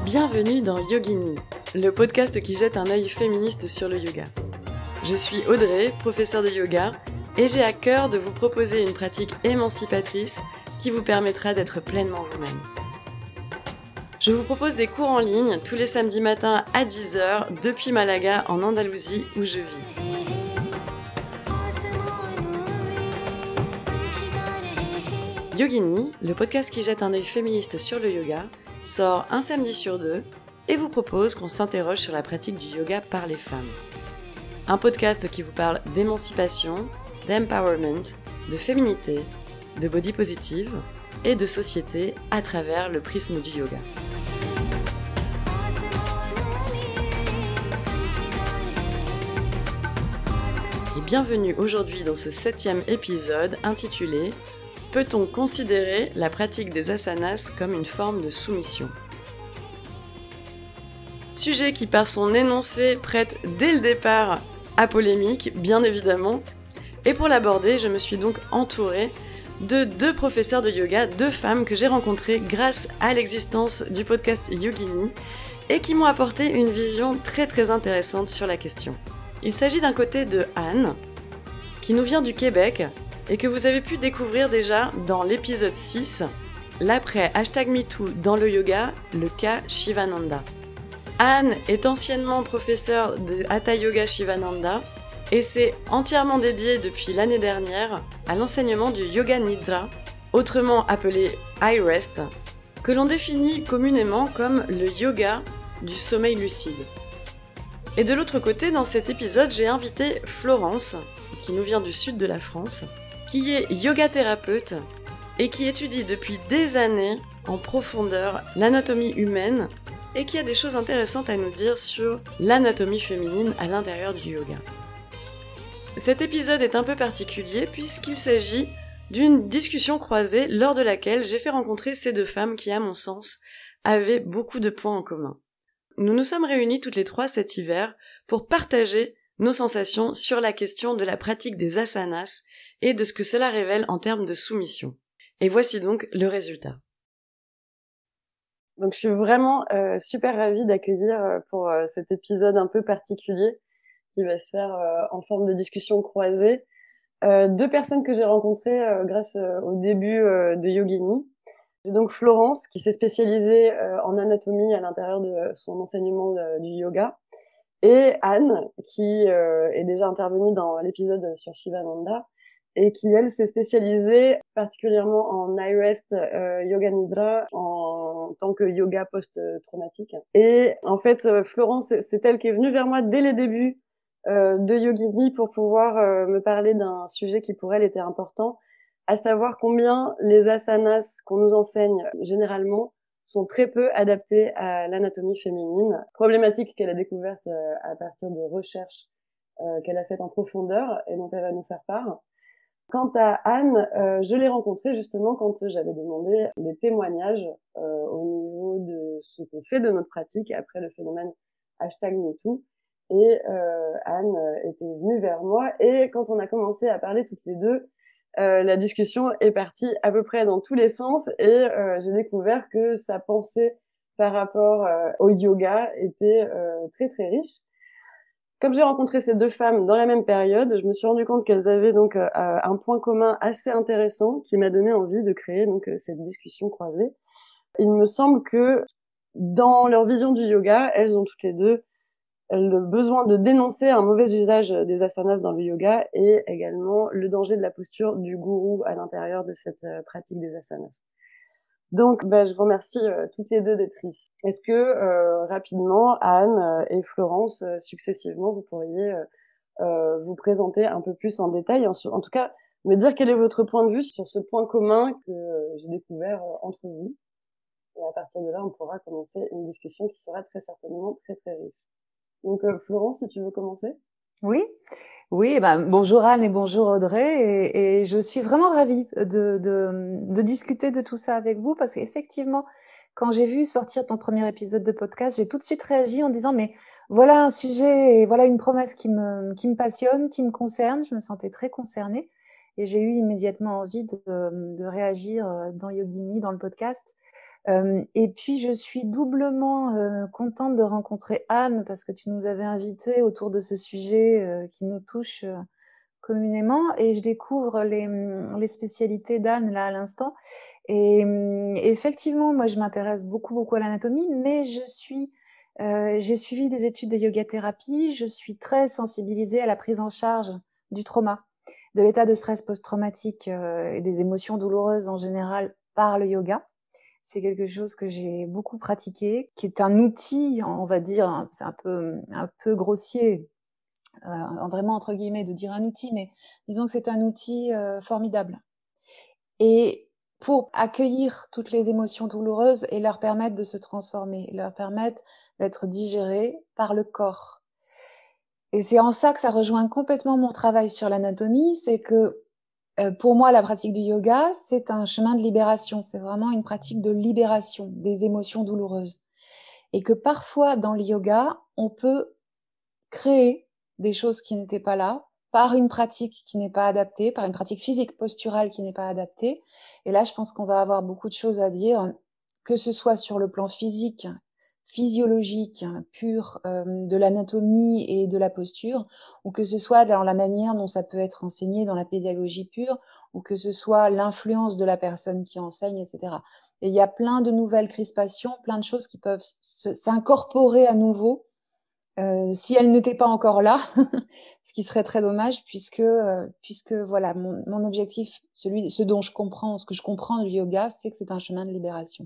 Bienvenue dans Yogini, le podcast qui jette un œil féministe sur le yoga. Je suis Audrey, professeure de yoga, et j'ai à cœur de vous proposer une pratique émancipatrice qui vous permettra d'être pleinement vous-même. Je vous propose des cours en ligne tous les samedis matins à 10h depuis Malaga en Andalousie où je vis. Yogini, le podcast qui jette un œil féministe sur le yoga, sort un samedi sur deux et vous propose qu'on s'interroge sur la pratique du yoga par les femmes. Un podcast qui vous parle d'émancipation, d'empowerment, de féminité, de body positive et de société à travers le prisme du yoga. Et bienvenue aujourd'hui dans ce 7e épisode intitulé « Peut-on considérer la pratique des asanas comme une forme de soumission ?» Sujet qui par son énoncé prête dès le départ à polémique, bien évidemment. Et pour l'aborder, je me suis donc entourée de 2 professeurs de yoga, 2 femmes que j'ai rencontrées grâce à l'existence du podcast Yogini et qui m'ont apporté une vision très très intéressante sur la question. Il s'agit d'un côté de Anne, qui nous vient du Québec et que vous avez pu découvrir déjà dans l'épisode 6, l'après #MeToo dans le yoga, le cas Shivananda. Anne est anciennement professeure de Hatha Yoga Shivananda et s'est entièrement dédiée depuis l'année dernière à l'enseignement du Yoga Nidra, autrement appelé Eye Rest, que l'on définit communément comme le yoga du sommeil lucide. Et de l'autre côté, dans cet épisode, j'ai invité Florence, qui nous vient du sud de la France, qui est yoga thérapeute et qui étudie depuis des années en profondeur l'anatomie humaine et qui a des choses intéressantes à nous dire sur l'anatomie féminine à l'intérieur du yoga. Cet épisode est un peu particulier puisqu'il s'agit d'une discussion croisée lors de laquelle j'ai fait rencontrer ces 2 femmes qui, à mon sens, avaient beaucoup de points en commun. Nous nous sommes réunies toutes les 3 cet hiver pour partager nos sensations sur la question de la pratique des asanas et de ce que cela révèle en termes de soumission. Et voici donc le résultat. Donc je suis vraiment super ravie d'accueillir pour cet épisode un peu particulier qui va se faire en forme de discussion croisée 2 personnes que j'ai rencontrées grâce au début de Yogini. J'ai donc Florence qui s'est spécialisée en anatomie à l'intérieur de son enseignement du yoga et Anne qui est déjà intervenue dans l'épisode sur Shivananda et qui, elle, s'est spécialisée particulièrement en Eye Rest Yoga Nidra en tant que yoga post-traumatique. Et en fait, Florence, c'est elle qui est venue vers moi dès les débuts de Yogini pour pouvoir me parler d'un sujet qui pour elle était important, à savoir combien les asanas qu'on nous enseigne généralement sont très peu adaptés à l'anatomie féminine. Problématique qu'elle a découverte à partir de recherches qu'elle a faites en profondeur et dont elle va nous faire part. Quant à Anne, je l'ai rencontrée justement quand j'avais demandé des témoignages au niveau de ce qu'on fait de notre pratique après le phénomène #MeToo. Et Anne était venue vers moi et quand on a commencé à parler toutes les 2, la discussion est partie à peu près dans tous les sens et j'ai découvert que sa pensée par rapport au yoga était très très riche. Comme j'ai rencontré ces 2 femmes dans la même période, je me suis rendu compte qu'elles avaient donc un point commun assez intéressant qui m'a donné envie de créer donc cette discussion croisée. Il me semble que dans leur vision du yoga, elles ont toutes les 2 le besoin de dénoncer un mauvais usage des asanas dans le yoga et également le danger de la posture du gourou à l'intérieur de cette pratique des asanas. Donc, je vous remercie toutes les 2 d'être ici. Est-ce que rapidement, Anne et Florence, successivement, vous pourriez vous présenter un peu plus en détail, en tout cas me dire quel est votre point de vue sur ce point commun que j'ai découvert entre vous. Et à partir de là, on pourra commencer une discussion qui sera très certainement très très riche. Donc Florence, si tu veux commencer. Oui, bonjour Anne et bonjour Audrey et je suis vraiment ravie de discuter de tout ça avec vous parce qu'effectivement, quand j'ai vu sortir ton premier épisode de podcast, j'ai tout de suite réagi en disant mais voilà un sujet et voilà une promesse qui me passionne, qui me concerne, je me sentais très concernée et j'ai eu immédiatement envie de réagir dans Yogini, dans le podcast. Et puis je suis doublement contente de rencontrer Anne parce que tu nous avais invités autour de ce sujet qui nous touche communément, et je découvre les spécialités d'Anne là à l'instant. Et effectivement, moi je m'intéresse beaucoup à l'anatomie, mais j'ai suivi des études de yoga thérapie, je suis très sensibilisée à la prise en charge du trauma, de l'état de stress post-traumatique et des émotions douloureuses en général par le yoga. C'est quelque chose que j'ai beaucoup pratiqué, qui est un outil, on va dire, c'est un peu grossier, vraiment entre guillemets de dire un outil, mais disons que c'est un outil formidable. Et pour accueillir toutes les émotions douloureuses et leur permettre de se transformer, leur permettre d'être digérées par le corps. Et c'est en ça que ça rejoint complètement mon travail sur l'anatomie, c'est que pour moi, la pratique du yoga, c'est un chemin de libération. C'est vraiment une pratique de libération des émotions douloureuses. Et que parfois, dans le yoga, on peut créer des choses qui n'étaient pas là, par une pratique qui n'est pas adaptée, par une pratique physique posturale qui n'est pas adaptée. Et là, je pense qu'on va avoir beaucoup de choses à dire, que ce soit sur le plan physique, physiologique, pur, de l'anatomie et de la posture, ou que ce soit dans la manière dont ça peut être enseigné dans la pédagogie pure, ou que ce soit l'influence de la personne qui enseigne, etc. Et il y a plein de nouvelles crispations, plein de choses qui peuvent s'incorporer à nouveau si elle n'était pas encore là, ce qui serait très dommage puisque voilà, mon objectif, ce dont je comprends, ce que je comprends du yoga, c'est que c'est un chemin de libération.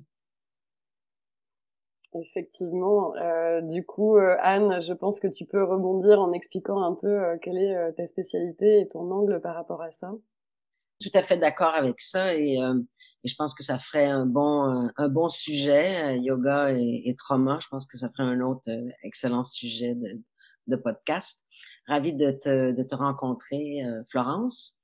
Effectivement. Du coup, Anne, je pense que tu peux rebondir en expliquant un peu quelle est ta spécialité et ton angle par rapport à ça. Tout à fait d'accord avec ça et je pense que ça ferait un bon sujet, yoga et trauma. Je pense que ça ferait un autre excellent sujet de podcast. Ravie de te rencontrer, Florence.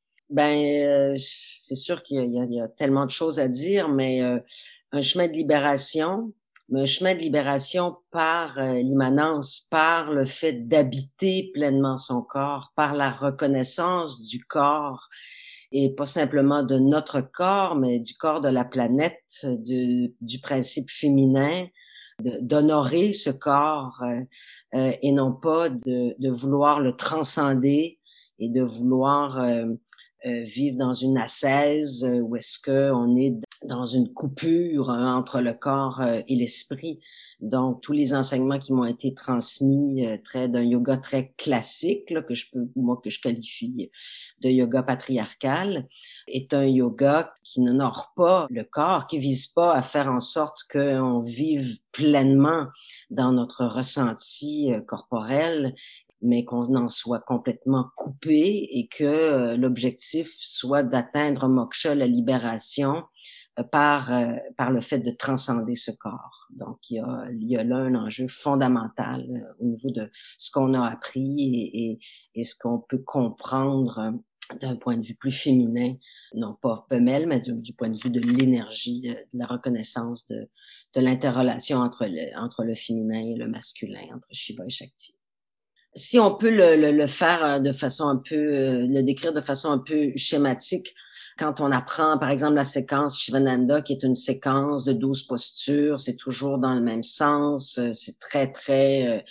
C'est sûr qu'il y a tellement de choses à dire, mais un chemin de libération, mais un chemin de libération par l'immanence, par le fait d'habiter pleinement son corps, par la reconnaissance du corps et pas simplement de notre corps, mais du corps de la planète, du principe féminin, d'honorer ce corps et non pas de vouloir le transcender et de vouloir vivre dans une ascèse où est-ce que on est dans une coupure entre le corps et l'esprit. Donc, tous les enseignements qui m'ont été transmis d'un yoga très classique, là, que je qualifie de yoga patriarcal, est un yoga qui n'honore pas le corps, qui vise pas à faire en sorte qu'on vive pleinement dans notre ressenti corporel, mais qu'on en soit complètement coupé et que l'objectif soit d'atteindre moksha, la libération, par le fait de transcender ce corps. Donc, il y a là un enjeu fondamental au niveau de ce qu'on a appris et ce qu'on peut comprendre d'un point de vue plus féminin, non pas femelle, mais du point de vue de l'énergie, de la reconnaissance de l'interrelation entre le féminin et le masculin, entre Shiva et Shakti. Si on peut le faire de façon un peu, le décrire de façon un peu schématique, quand on apprend, par exemple, la séquence Shivananda, qui est une séquence de 12 postures, c'est toujours dans le même sens, c'est très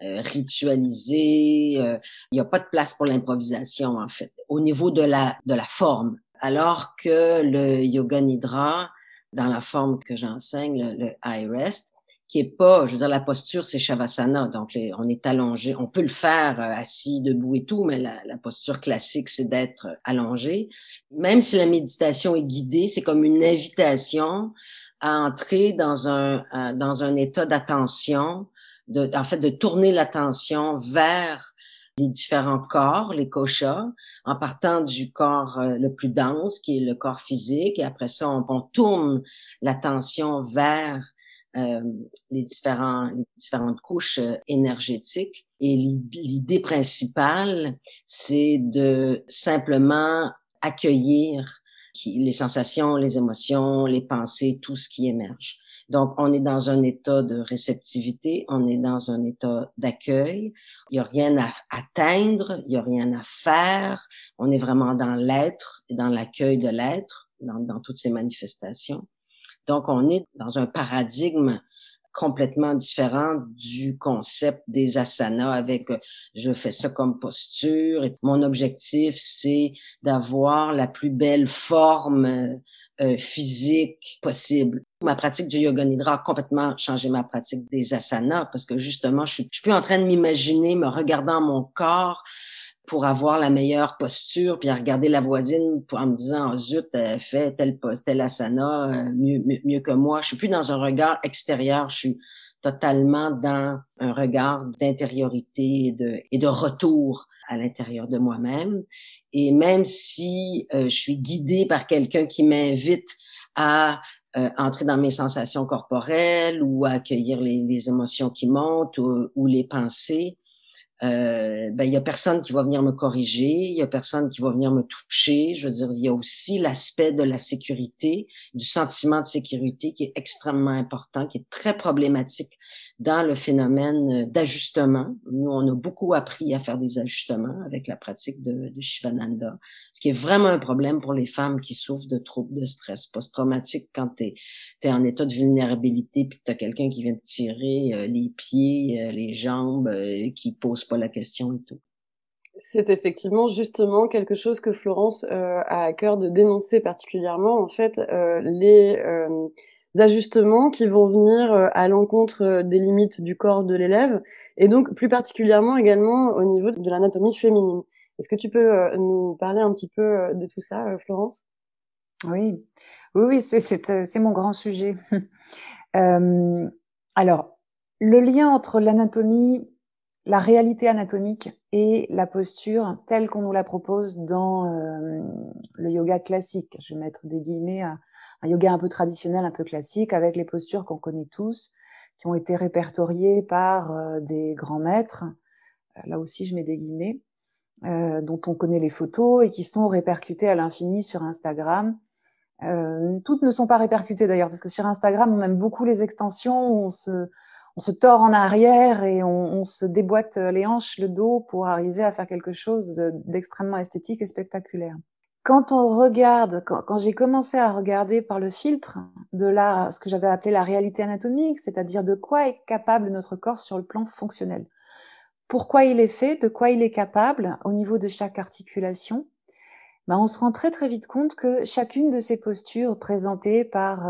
ritualisé, il n'y a pas de place pour l'improvisation, en fait, au niveau de la forme. Alors que le Yoga Nidra, dans la forme que j'enseigne, le high rest, qui est pas, je veux dire, la posture, c'est Shavasana, donc on est allongé. On peut le faire assis, debout et tout, mais la posture classique, c'est d'être allongé. Même si la méditation est guidée, c'est comme une invitation à entrer dans un état d'attention, en fait, de tourner l'attention vers les différents corps, les koshas, en partant du corps le plus dense, qui est le corps physique, et après ça, on tourne l'attention vers les différentes couches énergétiques. Et l'idée principale, c'est de simplement accueillir les sensations, les émotions, les pensées, tout ce qui émerge. Donc, on est dans un état de réceptivité, on est dans un état d'accueil. Il n'y a rien à atteindre, il n'y a rien à faire. On est vraiment dans l'être et dans l'accueil de l'être, dans toutes ces manifestations. Donc, on est dans un paradigme complètement différent du concept des asanas avec je fais ça comme posture et mon objectif c'est d'avoir la plus belle forme physique possible. Ma pratique du yoga nidra a complètement changé ma pratique des asanas parce que justement je suis plus en train de m'imaginer me regardant mon corps pour avoir la meilleure posture, puis à regarder la voisine en me disant, oh, zut, elle fait tel asana mieux que moi. Je suis plus dans un regard extérieur, je suis totalement dans un regard d'intériorité et de retour à l'intérieur de moi-même. Et même si je suis guidée par quelqu'un qui m'invite à entrer dans mes sensations corporelles ou à accueillir les émotions qui montent ou les pensées, ben il y a personne qui va venir me corriger, il y a personne qui va venir me toucher. Je veux dire, il y a aussi l'aspect de la sécurité, du sentiment de sécurité qui est extrêmement important, qui est très problématique dans le phénomène d'ajustement. Nous, on a beaucoup appris à faire des ajustements avec la pratique de Shivananda, ce qui est vraiment un problème pour les femmes qui souffrent de troubles de stress post-traumatique quand t'es en état de vulnérabilité puis que t'as quelqu'un qui vient te tirer les pieds, les jambes, qui pose pas la question et tout. C'est effectivement justement quelque chose que Florence a à cœur de dénoncer particulièrement, en fait, les ajustements qui vont venir à l'encontre des limites du corps de l'élève, et donc plus particulièrement également au niveau de l'anatomie féminine. Est-ce que tu peux nous parler un petit peu de tout ça, Florence? Oui, oui, c'est mon grand sujet. Alors, le lien entre l'anatomie, la réalité anatomique et la posture telle qu'on nous la propose dans le yoga classique. Je vais mettre des guillemets à un yoga un peu traditionnel, un peu classique, avec les postures qu'on connaît tous, qui ont été répertoriées par des grands maîtres. Là aussi, je mets des guillemets, dont on connaît les photos et qui sont répercutées à l'infini sur Instagram. Toutes ne sont pas répercutées d'ailleurs, parce que sur Instagram, on aime beaucoup les extensions où on se tord en arrière et on se déboîte les hanches, le dos pour arriver à faire quelque chose d'extrêmement esthétique et spectaculaire. Quand on regarde, quand j'ai commencé à regarder par le filtre de ce que j'avais appelé la réalité anatomique, c'est-à-dire de quoi est capable notre corps sur le plan fonctionnel, pourquoi il est fait, de quoi il est capable au niveau de chaque articulation, ben on se rend très très vite compte que chacune de ces postures présentées par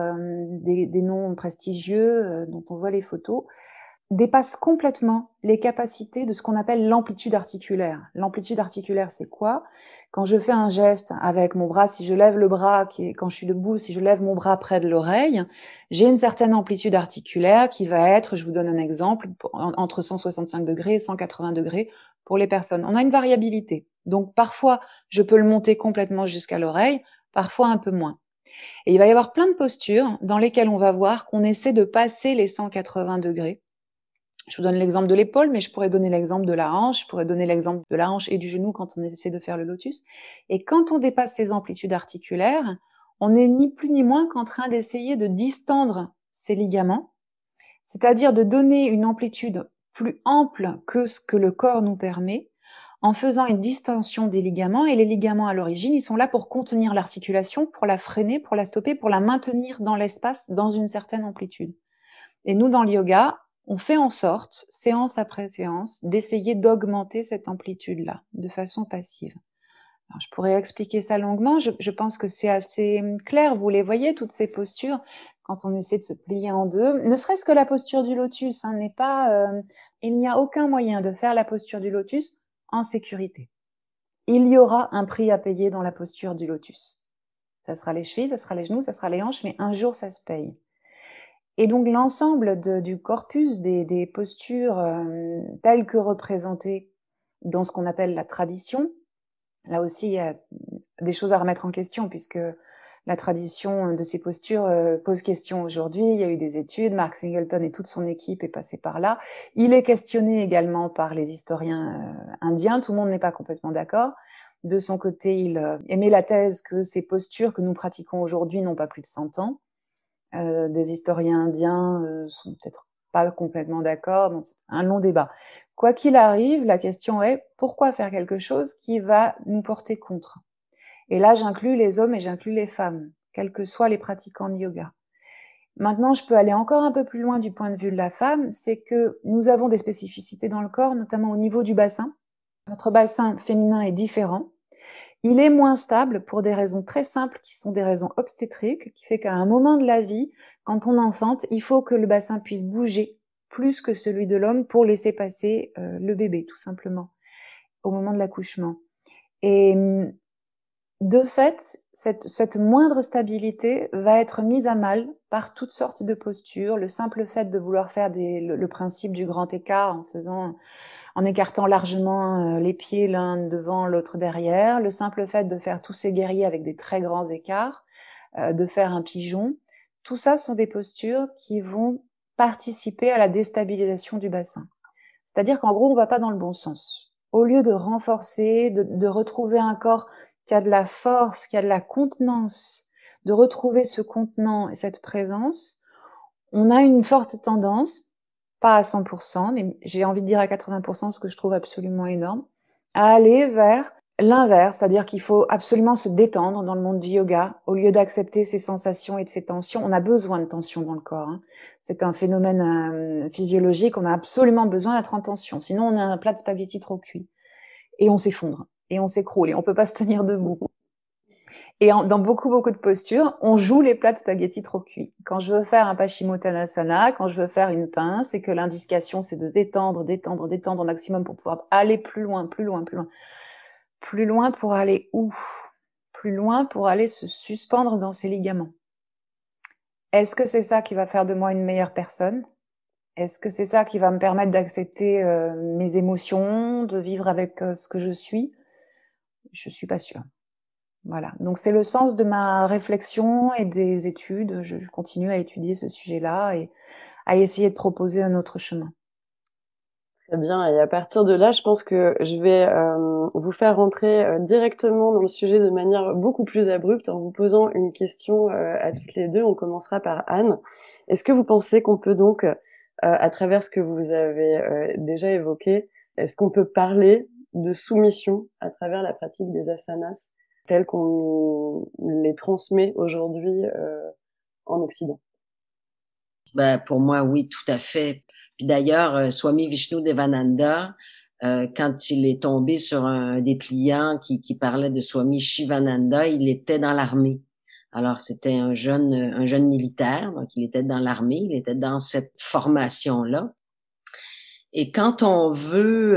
des noms prestigieux dont on voit les photos dépasse complètement les capacités de ce qu'on appelle l'amplitude articulaire. L'amplitude articulaire, c'est quoi? Quand je fais un geste avec mon bras, si je lève le bras, quand je suis debout, si je lève mon bras près de l'oreille, j'ai une certaine amplitude articulaire qui va être, je vous donne un exemple, entre 165 degrés et 180 degrés pour les personnes. On a une variabilité. Donc parfois, je peux le monter complètement jusqu'à l'oreille, parfois un peu moins. Et il va y avoir plein de postures dans lesquelles on va voir qu'on essaie de passer les 180 degrés. Je vous donne l'exemple de l'épaule, mais je pourrais donner l'exemple de la hanche, je pourrais donner l'exemple de la hanche et du genou quand on essaie de faire le lotus. Et quand on dépasse ces amplitudes articulaires, on n'est ni plus ni moins qu'en train d'essayer de distendre ces ligaments, c'est-à-dire de donner une amplitude plus ample que ce que le corps nous permet, en faisant une distension des ligaments. Et les ligaments, à l'origine, ils sont là pour contenir l'articulation, pour la freiner, pour la stopper, pour la maintenir dans l'espace, dans une certaine amplitude. Et nous, dans le yoga, on fait en sorte, séance après séance, d'essayer d'augmenter cette amplitude-là, de façon passive. Alors, je pourrais expliquer ça longuement, je pense que c'est assez clair, vous les voyez, toutes ces postures, quand on essaie de se plier en deux, ne serait-ce que la posture du lotus, n'est pas, il n'y a aucun moyen de faire la posture du lotus en sécurité. Il y aura un prix à payer dans la posture du lotus. Ça sera les chevilles, ça sera les genoux, ça sera les hanches, mais un jour ça se paye. Et donc l'ensemble du corpus des postures telles que représentées dans ce qu'on appelle la tradition, là aussi il y a des choses à remettre en question puisque la tradition de ces postures pose question aujourd'hui. Il y a eu des études, Mark Singleton et toute son équipe est passé par là. Il est questionné également par les historiens indiens, tout le monde n'est pas complètement d'accord. De son côté, il émet la thèse que ces postures que nous pratiquons aujourd'hui n'ont pas plus de 100 ans. Des historiens indiens sont peut-être pas complètement d'accord, donc c'est un long débat. Quoi qu'il arrive, la question est pourquoi faire quelque chose qui va nous porter contre? Et là, j'inclus les hommes et j'inclus les femmes, quels que soient les pratiquants de yoga. Maintenant, je peux aller encore un peu plus loin du point de vue de la femme, c'est que nous avons des spécificités dans le corps, notamment au niveau du bassin. Notre bassin féminin est différent. Il est moins stable pour des raisons très simples qui sont des raisons obstétriques, qui fait qu'à un moment de la vie, quand on enfante, il faut que le bassin puisse bouger plus que celui de l'homme pour laisser passer le bébé, tout simplement, au moment de l'accouchement. Et de fait, cette moindre stabilité va être mise à mal par toutes sortes de postures. Le simple fait de vouloir faire le principe du grand écart en écartant largement les pieds l'un devant, l'autre derrière, le simple fait de faire tous ces guerriers avec des très grands écarts, de faire un pigeon, tout ça sont des postures qui vont participer à la déstabilisation du bassin. C'est-à-dire qu'en gros, on va pas dans le bon sens. Au lieu de renforcer, de retrouver un corps qui a de la force, qui a de la contenance, de retrouver ce contenant et cette présence, on a une forte tendance, pas à 100%, mais j'ai envie de dire à 80%, ce que je trouve absolument énorme, à aller vers l'inverse, c'est-à-dire qu'il faut absolument se détendre dans le monde du yoga, au lieu d'accepter ces sensations et de ces tensions. On a besoin de tension dans le corps, hein. C'est un phénomène physiologique, on a absolument besoin d'être en tension, sinon on a un plat de spaghettis trop cuit. Et on s'effondre, et on s'écroule, et on peut pas se tenir debout. Et dans beaucoup de postures, on joue les plats de spaghettis trop cuits. Quand je veux faire un Paschimottanasana, quand je veux faire une pince, et que l'indication c'est de détendre, détendre, détendre au maximum pour pouvoir aller plus loin, plus loin, plus loin. Plus loin pour aller où? Plus loin pour aller se suspendre dans ses ligaments. Est-ce que c'est ça qui va faire de moi une meilleure personne? Est-ce que c'est ça qui va me permettre d'accepter mes émotions, de vivre avec ce que je suis? Je suis pas sûre. Voilà. Donc c'est le sens de ma réflexion et des études. Je continue à étudier ce sujet-là et à essayer de proposer un autre chemin. Très bien. Et à partir de là, je pense que je vais vous faire rentrer directement dans le sujet de manière beaucoup plus abrupte en vous posant une question à toutes les deux. On commencera par Anne. Est-ce que vous pensez qu'on peut donc, à travers ce que vous avez déjà évoqué, est-ce qu'on peut parler de soumission à travers la pratique des asanas telles qu'on les transmet aujourd'hui en Occident? Ben, pour moi, oui, tout à fait. Puis d'ailleurs, Swami Vishnu-Devananda, quand il est tombé sur un dépliant qui parlait de Swami Shivananda, il était dans l'armée. Alors, c'était un jeune militaire, donc il était dans l'armée, il était dans cette formation-là. Et quand on veut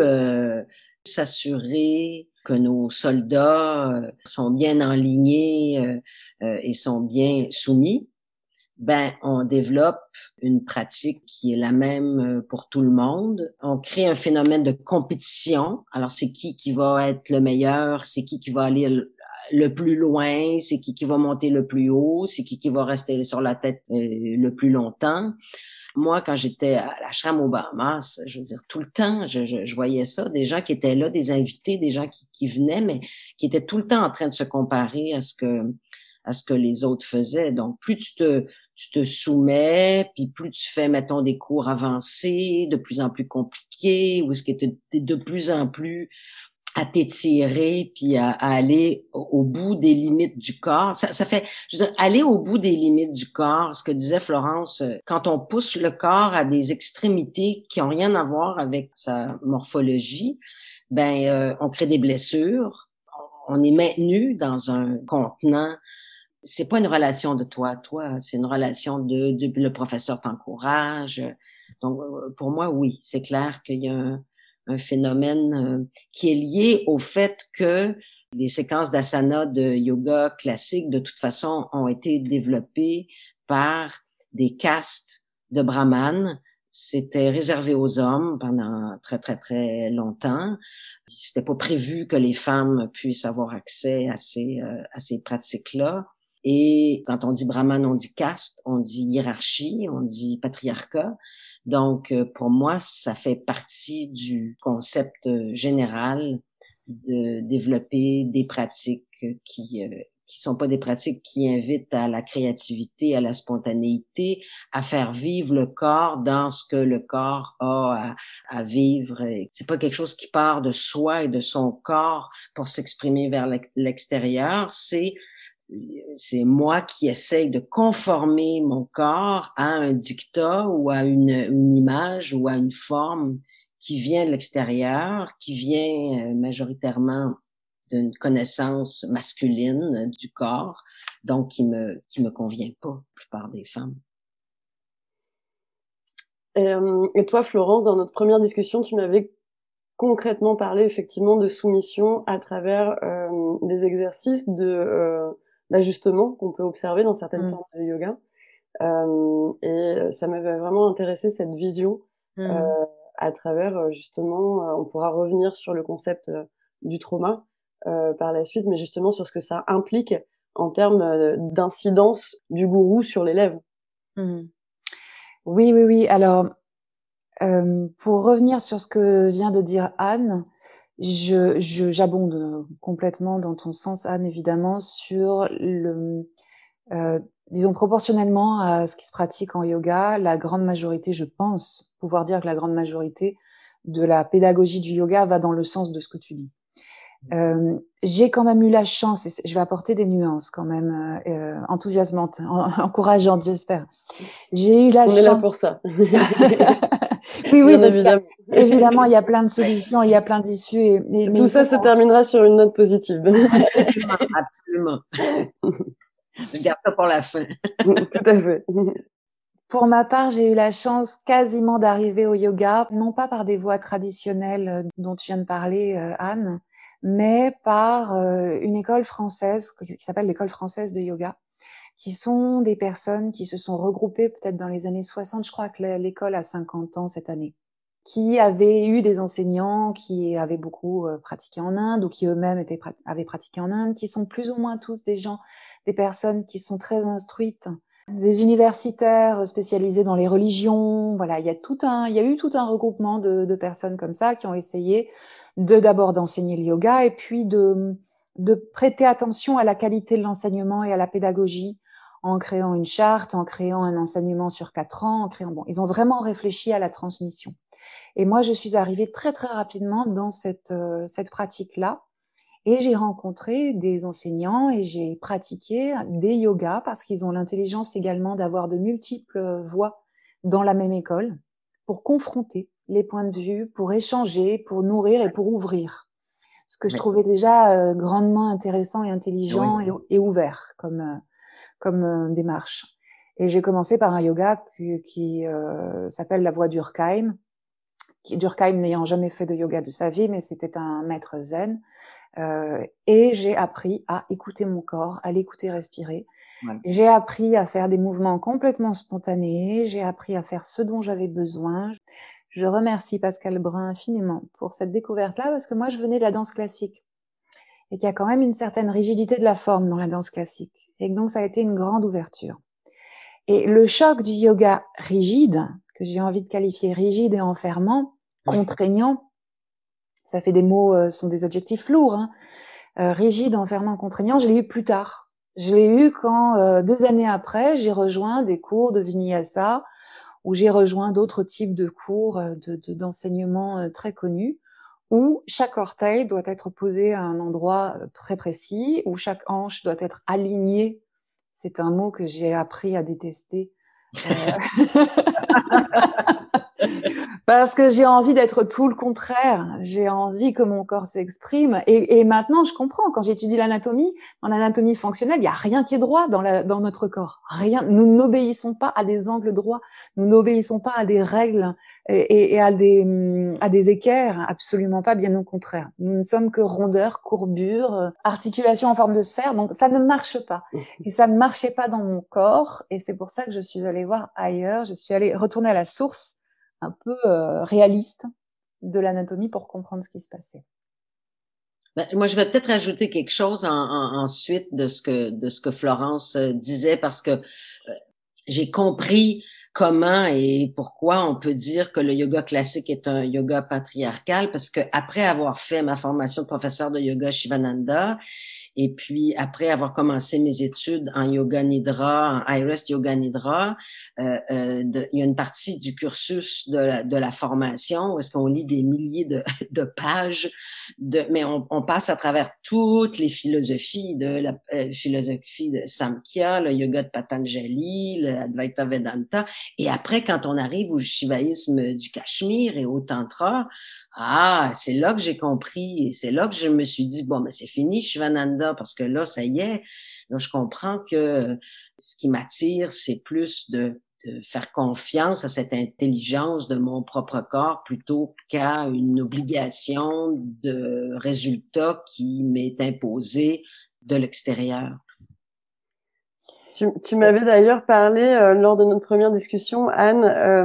s'assurer que nos soldats sont bien enlignés et sont bien soumis, ben on développe une pratique qui est la même pour tout le monde. On crée un phénomène de compétition. Alors c'est qui va être le meilleur, c'est qui va aller le plus loin, c'est qui va monter le plus haut, c'est qui va rester sur la tête le plus longtemps. Moi, quand j'étais à l'ashram aux Bahamas, je veux dire, tout le temps, je voyais ça, des gens qui étaient là, des invités, des gens qui venaient, mais qui étaient tout le temps en train de se comparer à ce que les autres faisaient. Donc, plus tu te soumets, puis plus tu fais, mettons, des cours avancés, de plus en plus compliqués, ou est-ce que tu es de plus en plus à t'étirer, puis à aller au bout des limites du corps. Ça fait, je veux dire, aller au bout des limites du corps, ce que disait Florence, quand on pousse le corps à des extrémités qui ont rien à voir avec sa morphologie, ben on crée des blessures, on est maintenu dans un contenant. C'est pas une relation de toi à toi, c'est une relation de le professeur t'encourage. Donc pour moi, oui, c'est clair qu'il y a un phénomène qui est lié au fait que les séquences d'asana de yoga classiques, de toute façon, ont été développées par des castes de brahmanes. C'était réservé aux hommes pendant très, très, très longtemps. C'était pas prévu que les femmes puissent avoir accès à ces pratiques-là. Et quand on dit brahman, on dit caste, on dit hiérarchie, on dit patriarcat. Donc, pour moi, ça fait partie du concept général de développer des pratiques qui qui sont pas des pratiques qui invitent à la créativité, à la spontanéité, à faire vivre le corps dans ce que le corps a à vivre. C'est pas quelque chose qui part de soi et de son corps pour s'exprimer vers l'extérieur. C'est moi qui essaye de conformer mon corps à un dictat ou à une image ou à une forme qui vient de l'extérieur, qui vient majoritairement d'une connaissance masculine du corps, donc qui me convient pas, la plupart des femmes. Et toi, Florence, dans notre première discussion, tu m'avais concrètement parlé effectivement de soumission à travers des exercices d'ajustement qu'on peut observer dans certaines formes de yoga. Et ça m'avait vraiment intéressé cette vision à travers justement, on pourra revenir sur le concept du trauma par la suite, mais justement sur ce que ça implique en termes d'incidence du gourou sur l'élève. Oui. Alors, pour revenir sur ce que vient de dire Anne, j'abonde complètement dans ton sens, Anne, évidemment, sur disons proportionnellement à ce qui se pratique en yoga, la grande majorité, je pense pouvoir dire que la grande majorité de la pédagogie du yoga va dans le sens de ce que tu dis. J'ai quand même eu la chance, et je vais apporter des nuances quand même enthousiasmantes, encourageantes, j'espère. J'ai eu la chance. On est là pour ça. Oui, parce évidemment, il y a plein de solutions, il y a plein d'issues. Et tout ça se terminera sur une note positive. Absolument. Je garde ça pour la fin. Tout à fait. Pour ma part, j'ai eu la chance quasiment d'arriver au yoga, non pas par des voies traditionnelles dont tu viens de parler, Anne, mais par une école française qui s'appelle l'école française de yoga, qui sont des personnes qui se sont regroupées peut-être dans les années 60, je crois que l'école a 50 ans cette année, qui avaient eu des enseignants qui avaient beaucoup pratiqué en Inde ou qui eux-mêmes avaient pratiqué en Inde, qui sont plus ou moins tous des personnes qui sont très instruites, des universitaires spécialisés dans les religions. Voilà, il y a eu tout un regroupement de personnes comme ça qui ont essayé d'abord d'enseigner le yoga et puis de prêter attention à la qualité de l'enseignement et à la pédagogie en créant une charte, en créant un enseignement sur 4 ans, ils ont vraiment réfléchi à la transmission. Et moi, je suis arrivée très très rapidement dans cette pratique-là. Et j'ai rencontré des enseignants et j'ai pratiqué des yogas parce qu'ils ont l'intelligence également d'avoir de multiples voix dans la même école pour confronter les points de vue, pour échanger, pour nourrir et pour ouvrir. Ce que je trouvais déjà grandement intéressant et intelligent et ouvert comme démarche. Et j'ai commencé par un yoga qui s'appelle la voie d'Urkheim, Durkheim n'ayant jamais fait de yoga de sa vie, mais c'était un maître zen. Et j'ai appris à écouter mon corps, à l'écouter respirer. Ouais. J'ai appris à faire des mouvements complètement spontanés. J'ai appris à faire ce dont j'avais besoin. Je remercie Pascal Brun infiniment pour cette découverte-là, parce que moi, je venais de la danse classique. Et qu'il y a quand même une certaine rigidité de la forme dans la danse classique. Et donc, ça a été une grande ouverture. Et le choc du yoga rigide, que j'ai envie de qualifier rigide et enfermant, contraignant, ça fait des mots, sont des adjectifs lourds, hein. Rigide, enfermant, contraignant, je l'ai eu plus tard. Je l'ai eu quand, 2 années après, j'ai rejoint des cours de Vinyasa, où j'ai rejoint d'autres types de cours d'enseignement très connus, où chaque orteil doit être posé à un endroit très précis, où chaque hanche doit être alignée. C'est un mot que j'ai appris à détester. Parce que j'ai envie d'être tout le contraire. J'ai envie que mon corps s'exprime. Et maintenant, je comprends. Quand j'étudie l'anatomie, dans l'anatomie fonctionnelle, il n'y a rien qui est droit dans notre corps. Rien. Nous n'obéissons pas à des angles droits. Nous n'obéissons pas à des règles et à des équerres. Absolument pas. Bien au contraire. Nous ne sommes que rondeurs, courbures, articulations en forme de sphère. Donc, ça ne marche pas. Et ça ne marchait pas dans mon corps. Et c'est pour ça que je suis allée voir ailleurs. Je suis allée retourner à la source, un peu réaliste de l'anatomie pour comprendre ce qui se passait. Ben, moi, je vais peut-être ajouter quelque chose ensuite de ce que Florence disait, parce que j'ai compris comment et pourquoi on peut dire que le yoga classique est un yoga patriarcal, parce que après avoir fait ma formation de professeur de yoga Shivananda Et puis, après avoir commencé mes études en yoga nidra, en iRest yoga nidra, il y a une partie du cursus de la formation où est-ce qu'on lit des milliers de pages, mais on passe à travers toutes les philosophies de la philosophie de Samkhya, le yoga de Patanjali, le Advaita Vedanta. Et après, quand on arrive au shivaïsme du Cachemire et au tantra, c'est là que j'ai compris et c'est là que je me suis dit, bon, mais c'est fini Shivananda parce que là, ça y est, là, je comprends que ce qui m'attire, c'est plus de faire confiance à cette intelligence de mon propre corps plutôt qu'à une obligation de résultat qui m'est imposée de l'extérieur. Tu m'avais d'ailleurs parlé lors de notre première discussion, Anne,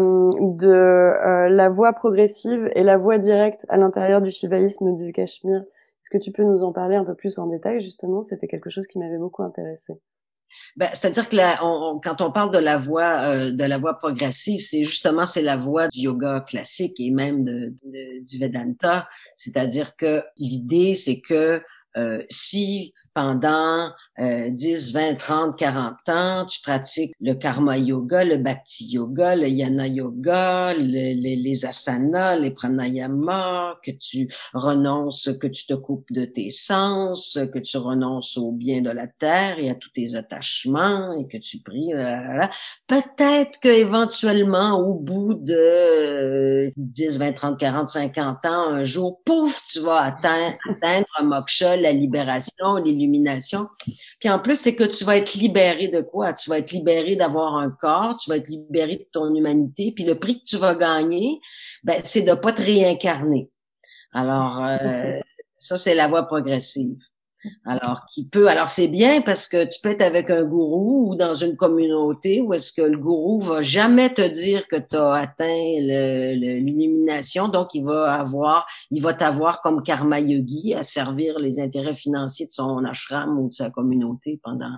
de la voie progressive et la voie directe à l'intérieur du shivaïsme du Cachemire. Est-ce que tu peux nous en parler un peu plus en détail, justement? C'était quelque chose qui m'avait beaucoup intéressée. C'est-à-dire que quand on parle de la voie progressive, c'est la voie du yoga classique et même du Vedanta. C'est-à-dire que l'idée, c'est que si pendant 10, 20, 30, 40 ans, tu pratiques le karma yoga, le bhakti yoga, le yana yoga, les asanas, les pranayamas, que tu renonces, que tu te coupes de tes sens, que tu renonces au bien de la terre et à tous tes attachements et que tu pries, peut-être que éventuellement, au bout de 10, 20, 30, 40, 50 ans, un jour, pouf, tu vas atteindre un moksha, la libération, l'illumination. Puis en plus, c'est que tu vas être libéré de quoi? Tu vas être libéré d'avoir un corps, tu vas être libéré de ton humanité, puis le prix que tu vas gagner, c'est de pas te réincarner. Alors, ça, c'est la voie progressive. Alors, c'est bien parce que tu peux être avec un gourou ou dans une communauté où est-ce que le gourou va jamais te dire que tu as atteint l'illumination, donc il va t'avoir comme karma yogi à servir les intérêts financiers de son ashram ou de sa communauté pendant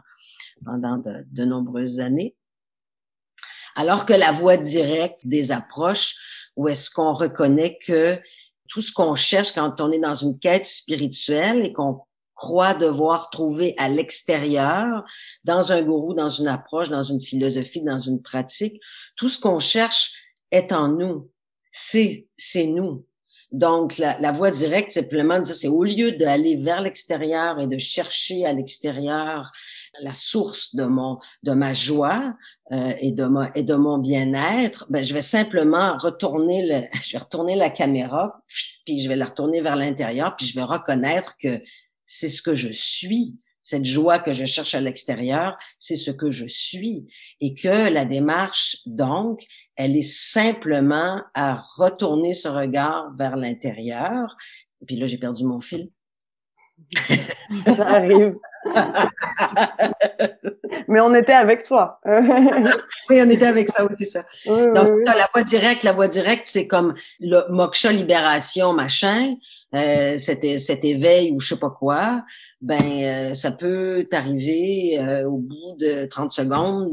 de nombreuses années. Alors que la voie directe des approches, où est-ce qu'on reconnaît que tout ce qu'on cherche quand on est dans une quête spirituelle et qu'on croit devoir trouver à l'extérieur, dans un gourou, dans une approche, dans une philosophie, dans une pratique, tout ce qu'on cherche est en nous. C'est nous. Donc, la voie directe, c'est simplement de dire, c'est au lieu d'aller vers l'extérieur et de chercher à l'extérieur la source de ma joie et de mon bien-être, je vais simplement retourner la caméra, puis je vais la retourner vers l'intérieur, puis je vais reconnaître que c'est ce que je suis. Cette joie que je cherche à l'extérieur, c'est ce que je suis. Et que la démarche, donc, elle est simplement à retourner ce regard vers l'intérieur. Et puis là, j'ai perdu mon fil. Ça arrive. Mais on était avec toi. Oui, on était avec ça aussi, ça. Oui, donc, oui. la voie directe, c'est comme le moksha libération, machin, cet éveil ou je sais pas quoi. Ça peut t'arriver au bout de 30 secondes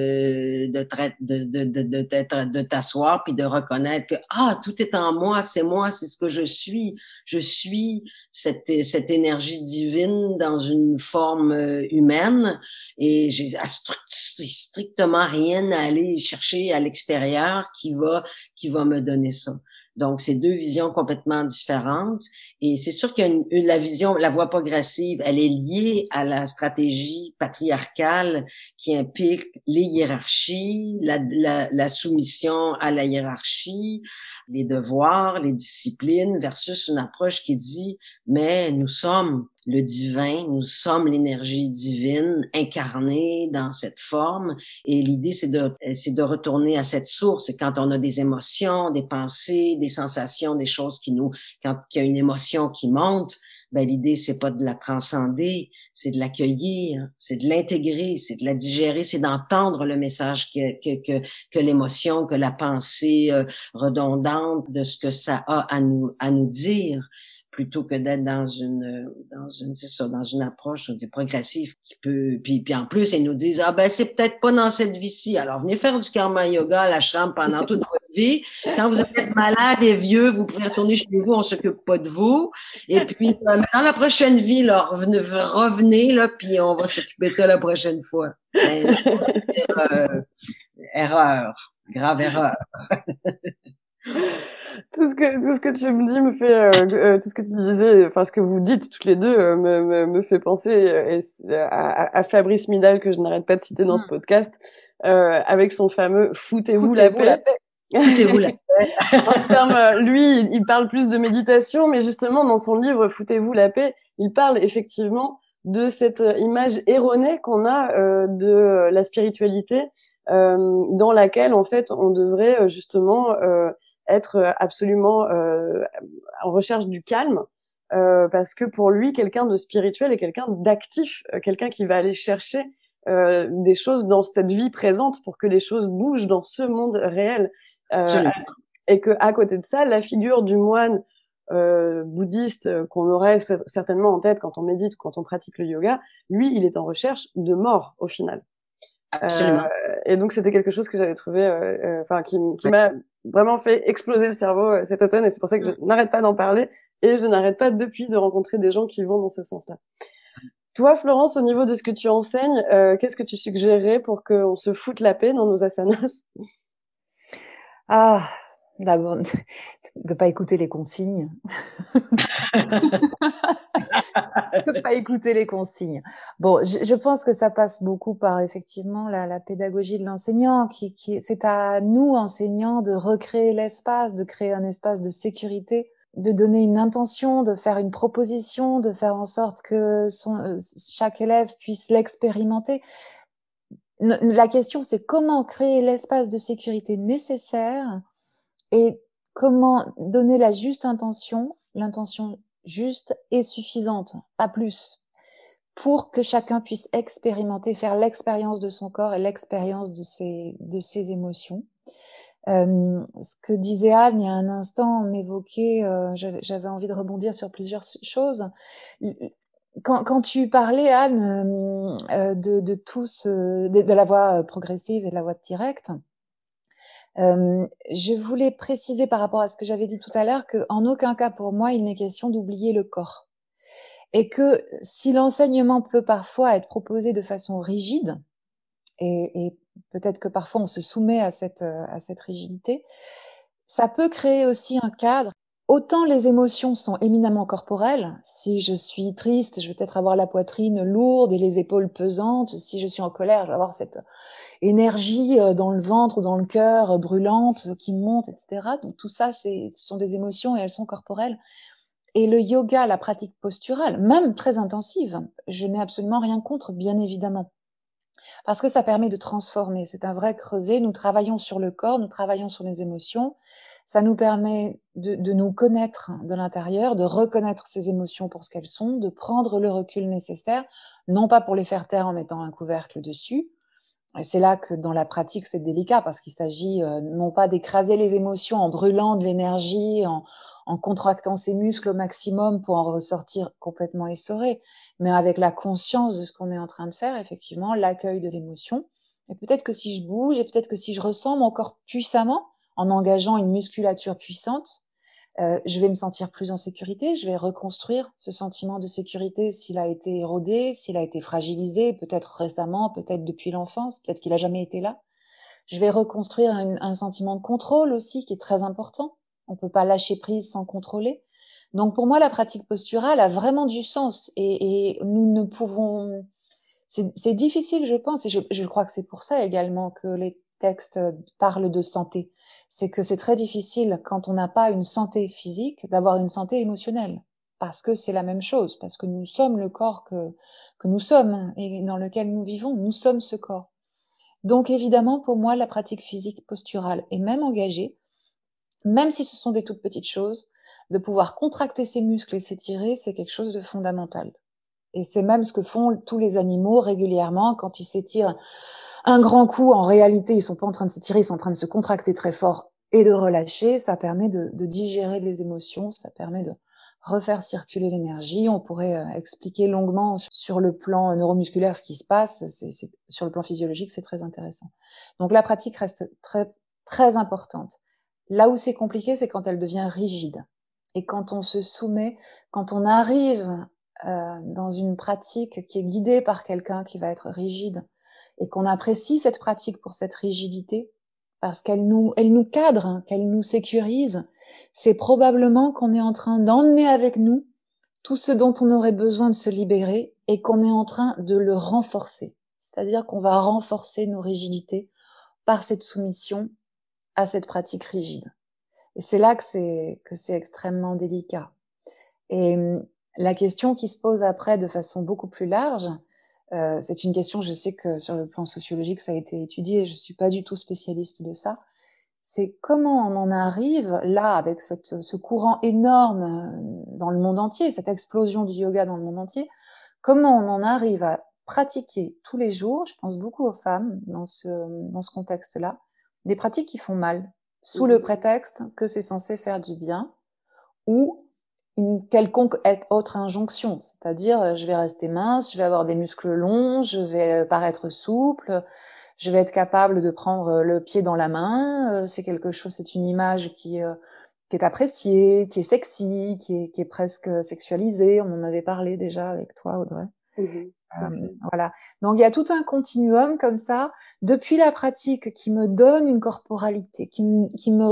de t'asseoir puis de reconnaître que tout est en moi, c'est ce que je suis. Je suis cette énergie divine dans une forme humaine et j'ai strictement rien à aller chercher à l'extérieur qui va me donner ça. Donc, c'est deux visions complètement différentes. Et c'est sûr qu'il y a la voie progressive, elle est liée à la stratégie patriarcale qui implique les hiérarchies, la soumission à la hiérarchie, les devoirs, les disciplines, versus une approche qui dit, mais nous sommes le divin, nous sommes l'énergie divine incarnée dans cette forme. Et l'idée, c'est de retourner à cette source. Et quand on a des émotions, des pensées, des sensations, des choses quand il y a une émotion qui monte, l'idée, c'est pas de la transcender, c'est de l'accueillir, c'est de l'intégrer, c'est de la digérer, c'est d'entendre le message que l'émotion, que la pensée redondante de ce que ça a à nous dire, plutôt que d'être c'est ça, dans une approche, on dit, progressive qui peut, puis en plus, ils nous disent, ah ben, c'est peut-être pas dans cette vie-ci. Alors, venez faire du karma yoga à la chambre pendant toute votre vie. Quand vous êtes malade et vieux, vous pouvez retourner chez vous, on s'occupe pas de vous. Et puis, dans la prochaine vie, là, revenez, là, puis on va s'occuper de ça la prochaine fois. Mais, erreur, grave erreur. Tout ce que tu me dis me fait, tout ce que tu disais, enfin ce que vous dites toutes les deux me fait penser à Fabrice Midal que je n'arrête pas de citer dans ce podcast, avec son fameux foutez-vous la paix. Foutez-vous la paix. En termes, lui, il parle plus de méditation, mais justement dans son livre Foutez-vous la paix, il parle effectivement de cette image erronée qu'on a de la spiritualité, dans laquelle en fait on devrait justement être absolument en recherche du calme, parce que pour lui, quelqu'un de spirituel est quelqu'un d'actif, quelqu'un qui va aller chercher des choses dans cette vie présente pour que les choses bougent dans ce monde réel. Et que à côté de ça, la figure du moine bouddhiste qu'on aurait certainement en tête quand on médite ou quand on pratique le yoga, lui, il est en recherche de mort au final. Absolument. Et donc c'était quelque chose que j'avais trouvé, enfin qui m'a vraiment fait exploser le cerveau cet automne, et c'est pour ça que je n'arrête pas d'en parler, et je n'arrête pas depuis de rencontrer des gens qui vont dans ce sens-là. Toi, Florence, au niveau de ce que tu enseignes, qu'est-ce que tu suggérerais pour qu'on se foute la paix dans nos asanas? Ah, d'abord, de pas écouter les consignes. De pas écouter les consignes. Bon, je pense que ça passe beaucoup par effectivement la pédagogie de l'enseignant, c'est à nous enseignants de recréer l'espace, de créer un espace de sécurité, de donner une intention, de faire une proposition, de faire en sorte que chaque élève puisse l'expérimenter. La question, c'est comment créer l'espace de sécurité nécessaire et comment donner la juste intention, l'intention juste et suffisante, pas plus, pour que chacun puisse expérimenter, faire l'expérience de son corps et l'expérience de ses émotions. Ce que disait Anne il y a un instant m'évoquait, j'avais envie de rebondir sur plusieurs choses. Quand tu parlais, Anne, de la voie progressive et de la voie directe, je voulais préciser par rapport à ce que j'avais dit tout à l'heure qu'en aucun cas pour moi il n'est question d'oublier le corps. Et que si l'enseignement peut parfois être proposé de façon rigide, et peut-être que parfois on se soumet à cette rigidité, ça peut créer aussi un cadre. Autant les émotions sont éminemment corporelles. Si je suis triste, je vais peut-être avoir la poitrine lourde et les épaules pesantes. Si je suis en colère, je vais avoir cette énergie dans le ventre ou dans le cœur brûlante qui monte, etc. Donc tout ça, ce sont des émotions et elles sont corporelles. Et le yoga, la pratique posturale, même très intensive, je n'ai absolument rien contre, bien évidemment. Parce que ça permet de transformer. C'est un vrai creuset. Nous travaillons sur le corps, nous travaillons sur les émotions. Ça nous permet de nous connaître de l'intérieur, de reconnaître ces émotions pour ce qu'elles sont, de prendre le recul nécessaire, non pas pour les faire taire en mettant un couvercle dessus. Et c'est là que dans la pratique, c'est délicat parce qu'il s'agit non pas d'écraser les émotions en brûlant de l'énergie, en contractant ses muscles au maximum pour en ressortir complètement essoré, mais avec la conscience de ce qu'on est en train de faire, effectivement, l'accueil de l'émotion. Et peut-être que si je bouge et peut-être que si je ressens mon corps puissamment, en engageant une musculature puissante, je vais me sentir plus en sécurité, je vais reconstruire ce sentiment de sécurité s'il a été érodé, s'il a été fragilisé, peut-être récemment, peut-être depuis l'enfance, peut-être qu'il a jamais été là. Je vais reconstruire un sentiment de contrôle aussi qui est très important. On peut pas lâcher prise sans contrôler. Donc pour moi, la pratique posturale a vraiment du sens et nous ne pouvons... C'est difficile, je pense, et je crois que c'est pour ça également que les textes parlent de santé. C'est que c'est très difficile, quand on n'a pas une santé physique, d'avoir une santé émotionnelle. Parce que c'est la même chose, parce que nous sommes le corps que nous sommes et dans lequel nous vivons, nous sommes ce corps. Donc évidemment, pour moi, la pratique physique posturale est même engagée, même si ce sont des toutes petites choses, de pouvoir contracter ses muscles et s'étirer, c'est quelque chose de fondamental. Et c'est même ce que font tous les animaux régulièrement quand ils s'étirent un grand coup. En réalité, ils sont pas en train de s'étirer, ils sont en train de se contracter très fort et de relâcher. Ça permet de digérer les émotions, ça permet de refaire circuler l'énergie. On pourrait expliquer longuement sur le plan neuromusculaire ce qui se passe. Sur le plan physiologique, c'est très intéressant. Donc la pratique reste très, très importante. Là où c'est compliqué, c'est quand elle devient rigide. Et quand on se soumet, quand on arrive dans une pratique qui est guidée par quelqu'un qui va être rigide, et qu'on apprécie cette pratique pour cette rigidité, parce qu'elle nous cadre, hein, qu'elle nous sécurise, c'est probablement qu'on est en train d'emmener avec nous tout ce dont on aurait besoin de se libérer et qu'on est en train de le renforcer. C'est-à-dire qu'on va renforcer nos rigidités par cette soumission à cette pratique rigide. Et c'est là que c'est extrêmement délicat. Et la question qui se pose après de façon beaucoup plus large, c'est une question, je sais que sur le plan sociologique, ça a été étudié, je suis pas du tout spécialiste de ça. C'est comment on en arrive là, avec ce courant énorme dans le monde entier, cette explosion du yoga dans le monde entier, comment on en arrive à pratiquer tous les jours, je pense beaucoup aux femmes dans ce contexte-là, des pratiques qui font mal, sous le prétexte que c'est censé faire du bien, ou une quelconque autre injonction, c'est-à-dire je vais rester mince, je vais avoir des muscles longs, je vais paraître souple, je vais être capable de prendre le pied dans la main, c'est quelque chose, c'est une image qui est appréciée, qui est sexy, qui est presque sexualisée, on en avait parlé déjà avec toi Audrey. Voilà. Donc il y a tout un continuum comme ça, depuis la pratique qui me donne une corporalité, qui me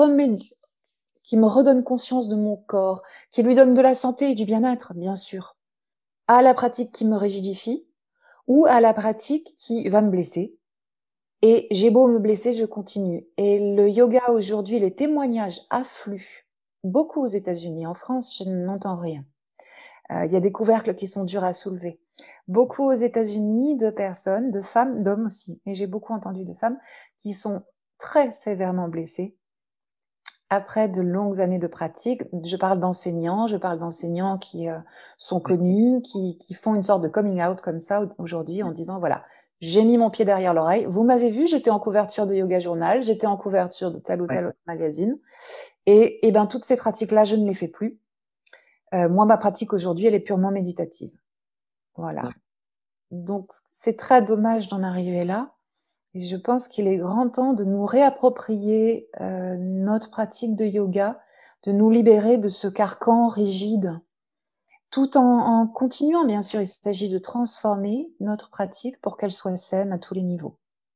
redonne conscience de mon corps, qui lui donne de la santé et du bien-être, bien sûr, à la pratique qui me rigidifie, ou à la pratique qui va me blesser. Et j'ai beau me blesser, je continue. Et le yoga aujourd'hui, les témoignages affluent beaucoup aux États-Unis. En France, je n'entends rien. Il y a des couvercles qui sont durs à soulever. Beaucoup aux États-Unis de personnes, de femmes, d'hommes aussi, mais j'ai beaucoup entendu de femmes qui sont très sévèrement blessées après de longues années de pratique. Je parle d'enseignants qui sont connus, qui font une sorte de coming out comme ça aujourd'hui en disant voilà, j'ai mis mon pied derrière l'oreille, vous m'avez vu, j'étais en couverture de Yoga Journal, j'étais en couverture de tel ou tel autre magazine, et ben toutes ces pratiques-là, je ne les fais plus. Moi, ma pratique aujourd'hui, elle est purement méditative. Voilà. Donc, c'est très dommage d'en arriver là. Et je pense qu'il est grand temps de nous réapproprier notre pratique de yoga, de nous libérer de ce carcan rigide, tout en continuant, bien sûr. Il s'agit de transformer notre pratique pour qu'elle soit saine à tous les niveaux.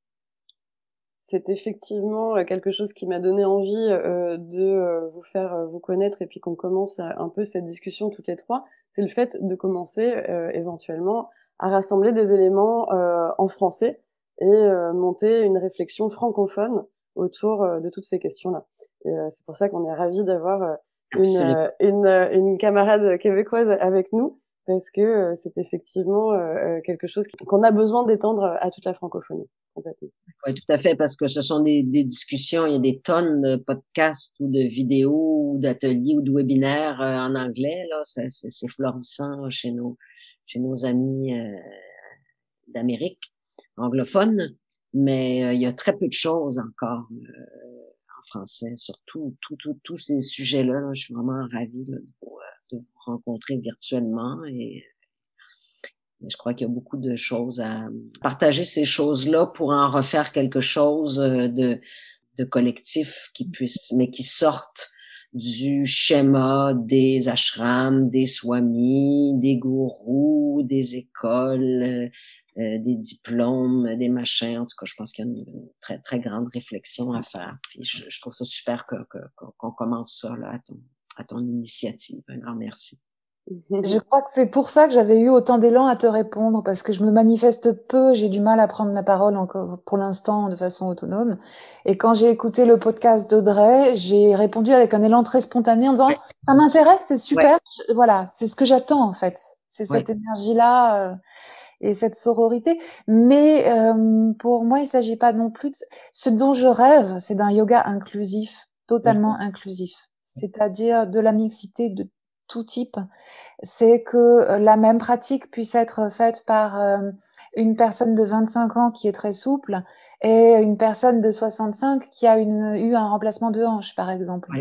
C'est effectivement quelque chose qui m'a donné envie de vous faire vous connaître et puis qu'on commence un peu cette discussion toutes les trois. C'est le fait de commencer éventuellement à rassembler des éléments en français et monter une réflexion francophone autour de toutes ces questions-là. Et c'est pour ça qu'on est ravis d'avoir une camarade québécoise avec nous, parce que c'est effectivement quelque chose qu'on a besoin d'étendre à toute la francophonie, complètement. Oui, tout à fait, parce que ce sont des discussions, il y a des tonnes de podcasts ou de vidéos ou d'ateliers ou de webinaires en anglais, là, c'est florissant chez nos amis d'Amérique anglophone, mais il y a très peu de choses encore en français sur tous ces sujets-là. Là. Je suis vraiment ravie là, de vous rencontrer virtuellement et je crois qu'il y a beaucoup de choses à partager ces choses-là pour en refaire quelque chose de collectif mais qui sortent du schéma des ashrams, des swamis, des gourous, des écoles, des diplômes, des machins. En tout cas, je pense qu'il y a une très, très grande réflexion à faire. Puis je trouve ça super qu'on commence ça là, à ton initiative. Un grand merci. Je crois que c'est pour ça que j'avais eu autant d'élan à te répondre, parce que je me manifeste peu, j'ai du mal à prendre la parole encore pour l'instant de façon autonome. Et quand j'ai écouté le podcast d'Audrey, j'ai répondu avec un élan très spontané en disant ça m'intéresse, c'est super, voilà, c'est ce que j'attends en fait, c'est cette énergie-là et cette sororité. Mais pour moi, il s'agit pas non plus de ce dont je rêve, c'est d'un yoga inclusif, totalement inclusif, c'est-à-dire de la mixité de tout type. C'est que la même pratique puisse être faite par une personne de 25 ans qui est très souple et une personne de 65 qui a eu un remplacement de hanche, par exemple.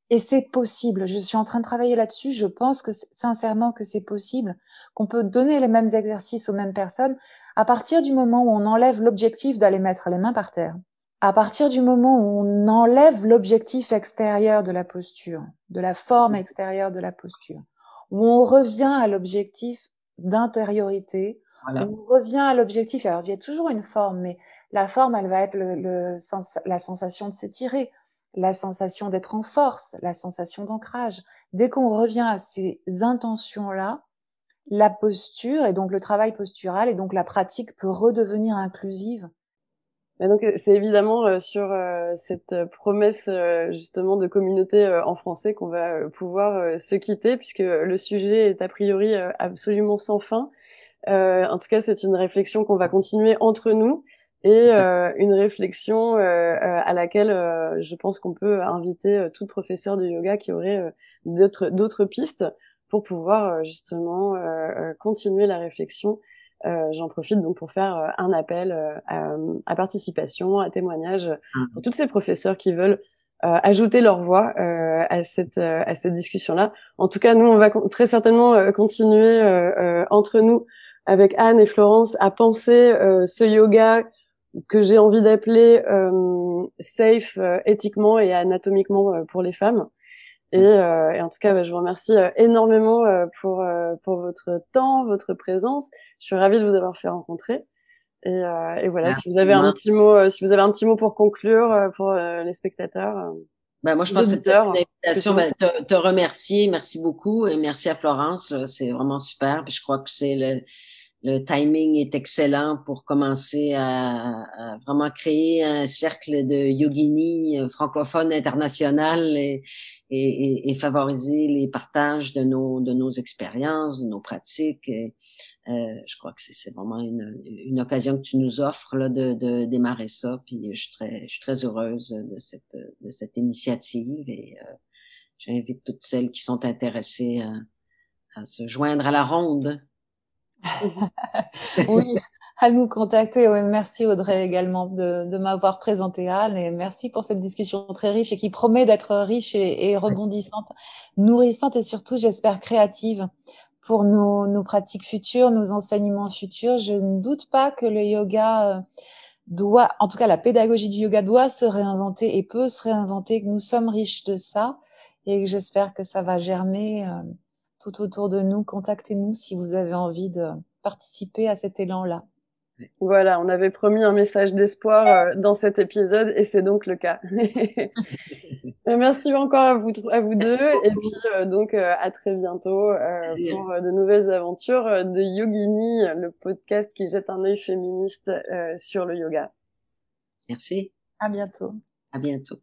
Et c'est possible. Je suis en train de travailler là-dessus. Je pense sincèrement que c'est possible, qu'on peut donner les mêmes exercices aux mêmes personnes à partir du moment où on enlève l'objectif d'aller mettre les mains par terre. À partir du moment où on enlève l'objectif extérieur de la posture, de la forme extérieure de la posture, où on revient à l'objectif d'intériorité, Voilà. où on revient à l'objectif. Alors, il y a toujours une forme, mais la forme, elle va être la sensation de s'étirer, la sensation d'être en force, la sensation d'ancrage. Dès qu'on revient à ces intentions-là, la posture et donc le travail postural et donc la pratique peut redevenir inclusive. Et donc c'est évidemment sur cette promesse justement de communauté en français qu'on va pouvoir se quitter, puisque le sujet est a priori absolument sans fin. En tout cas, c'est une réflexion qu'on va continuer entre nous et une réflexion à laquelle je pense qu'on peut inviter tout professeur de yoga qui aurait d'autres pistes pour pouvoir justement continuer la réflexion. J'en profite donc pour faire un appel à participation, à témoignage pour tous ces professeurs qui veulent ajouter leur voix à cette discussion-là. En tout cas, nous, on va très certainement continuer entre nous avec Anne et Florence à penser ce yoga que j'ai envie d'appeler safe éthiquement et anatomiquement pour les femmes. Et en tout cas, je vous remercie énormément pour votre temps, votre présence. Je suis ravie de vous avoir fait rencontrer. Et voilà, si vous avez un petit mot pour conclure pour les spectateurs. Moi, je pense que c'était une invitation, te remercier, merci beaucoup, et merci à Florence, c'est vraiment super. Puis je crois que le timing est excellent pour commencer à vraiment créer un cercle de yogini francophone international et favoriser les partages de nos expériences, de nos pratiques. Je crois que c'est vraiment une occasion que tu nous offres là de démarrer ça. Puis je suis très heureuse de cette initiative et j'invite toutes celles qui sont intéressées à se joindre à la ronde. Oui, à nous contacter. Oui, merci Audrey également de m'avoir présenté Anne et merci pour cette discussion très riche et qui promet d'être riche et rebondissante, nourrissante et surtout, j'espère, créative pour nos pratiques futures, nos enseignements futurs. Je ne doute pas que le yoga en tout cas la pédagogie du yoga doit se réinventer et peut se réinventer, que nous sommes riches de ça et que j'espère que ça va germer tout autour de nous. Contactez-nous si vous avez envie de participer à cet élan-là. Voilà, on avait promis un message d'espoir dans cet épisode et c'est donc le cas. Merci encore à vous deux et puis donc à très bientôt pour de nouvelles aventures de Yogini, le podcast qui jette un œil féministe sur le yoga. Merci. À bientôt. À bientôt.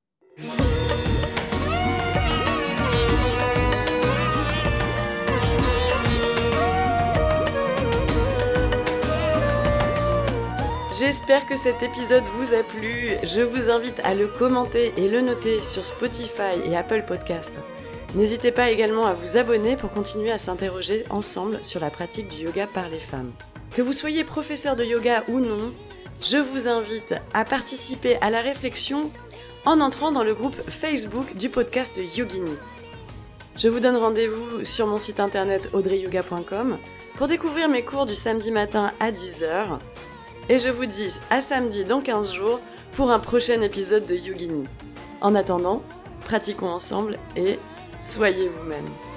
J'espère que cet épisode vous a plu. Je vous invite à le commenter et le noter sur Spotify et Apple Podcast. N'hésitez pas également à vous abonner pour continuer à s'interroger ensemble sur la pratique du yoga par les femmes. Que vous soyez professeur de yoga ou non, je vous invite à participer à la réflexion en entrant dans le groupe Facebook du podcast Yogini. Je vous donne rendez-vous sur mon site internet audreyyoga.com pour découvrir mes cours du samedi matin à 10h. Et je vous dis à samedi dans 15 jours pour un prochain épisode de Yogini. En attendant, pratiquons ensemble et soyez vous-même.